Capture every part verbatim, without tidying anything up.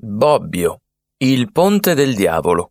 Bobbio, il ponte del diavolo.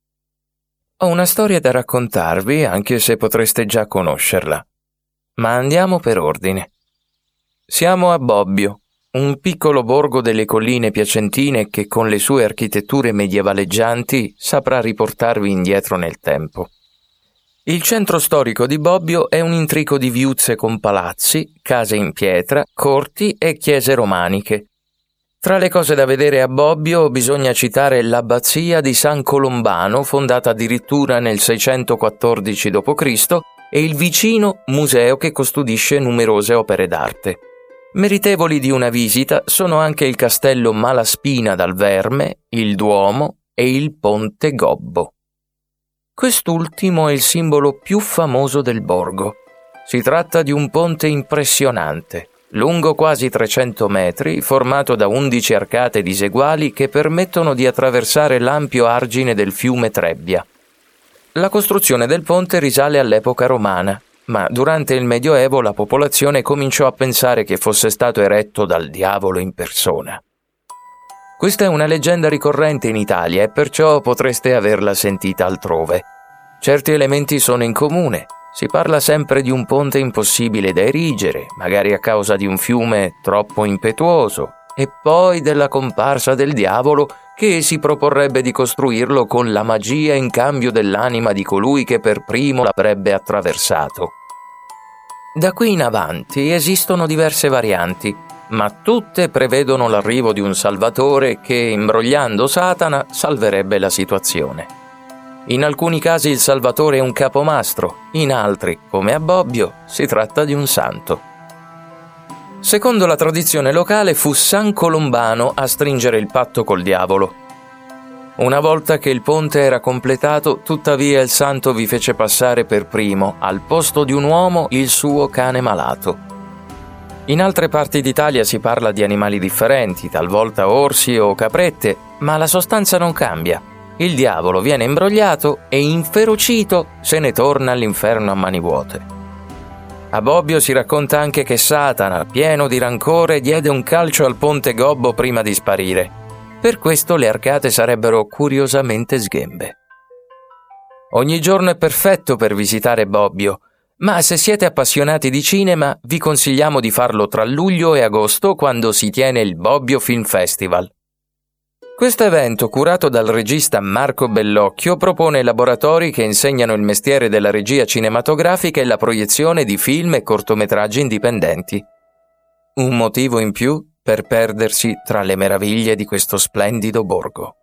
Ho una storia da raccontarvi, anche se potreste già conoscerla. Ma andiamo per ordine. Siamo a Bobbio, un piccolo borgo delle colline piacentine che con le sue architetture medievaleggianti saprà riportarvi indietro nel tempo. Il centro storico di Bobbio è un intrico di viuzze con palazzi, case in pietra, corti e chiese romaniche. Tra le cose da vedere a Bobbio bisogna citare l'abbazia di San Colombano, fondata addirittura nel seicentoquattordici dopo Cristo, e il vicino museo che custodisce numerose opere d'arte. Meritevoli di una visita sono anche il castello Malaspina dal Verme, il Duomo e il Ponte Gobbo. Quest'ultimo è il simbolo più famoso del borgo. Si tratta di un ponte impressionante, lungo quasi trecento metri, formato da undici arcate diseguali che permettono di attraversare l'ampio argine del fiume Trebbia. La costruzione del ponte risale all'epoca romana, ma durante il Medioevo la popolazione cominciò a pensare che fosse stato eretto dal diavolo in persona. Questa è una leggenda ricorrente in Italia e perciò potreste averla sentita altrove. Certi elementi sono in comune. Si parla sempre di un ponte impossibile da erigere, magari a causa di un fiume troppo impetuoso, e poi della comparsa del diavolo che si proporrebbe di costruirlo con la magia in cambio dell'anima di colui che per primo l'avrebbe attraversato. Da qui in avanti esistono diverse varianti, ma tutte prevedono l'arrivo di un salvatore che, imbrogliando Satana, salverebbe la situazione. In alcuni casi il salvatore è un capomastro, in altri, come a Bobbio, si tratta di un santo. Secondo la tradizione locale fu San Colombano a stringere il patto col diavolo. Una volta che il ponte era completato, tuttavia il santo vi fece passare per primo, al posto di un uomo, il suo cane malato. In altre parti d'Italia si parla di animali differenti, talvolta orsi o caprette, ma la sostanza non cambia. Il diavolo viene imbrogliato e inferocito se ne torna all'inferno a mani vuote. A Bobbio si racconta anche che Satana, pieno di rancore, diede un calcio al ponte Gobbo prima di sparire. Per questo le arcate sarebbero curiosamente sghembe. Ogni giorno è perfetto per visitare Bobbio, ma se siete appassionati di cinema vi consigliamo di farlo tra luglio e agosto quando si tiene il Bobbio Film Festival. Questo evento, curato dal regista Marco Bellocchio, propone laboratori che insegnano il mestiere della regia cinematografica e la proiezione di film e cortometraggi indipendenti. Un motivo in più per perdersi tra le meraviglie di questo splendido borgo.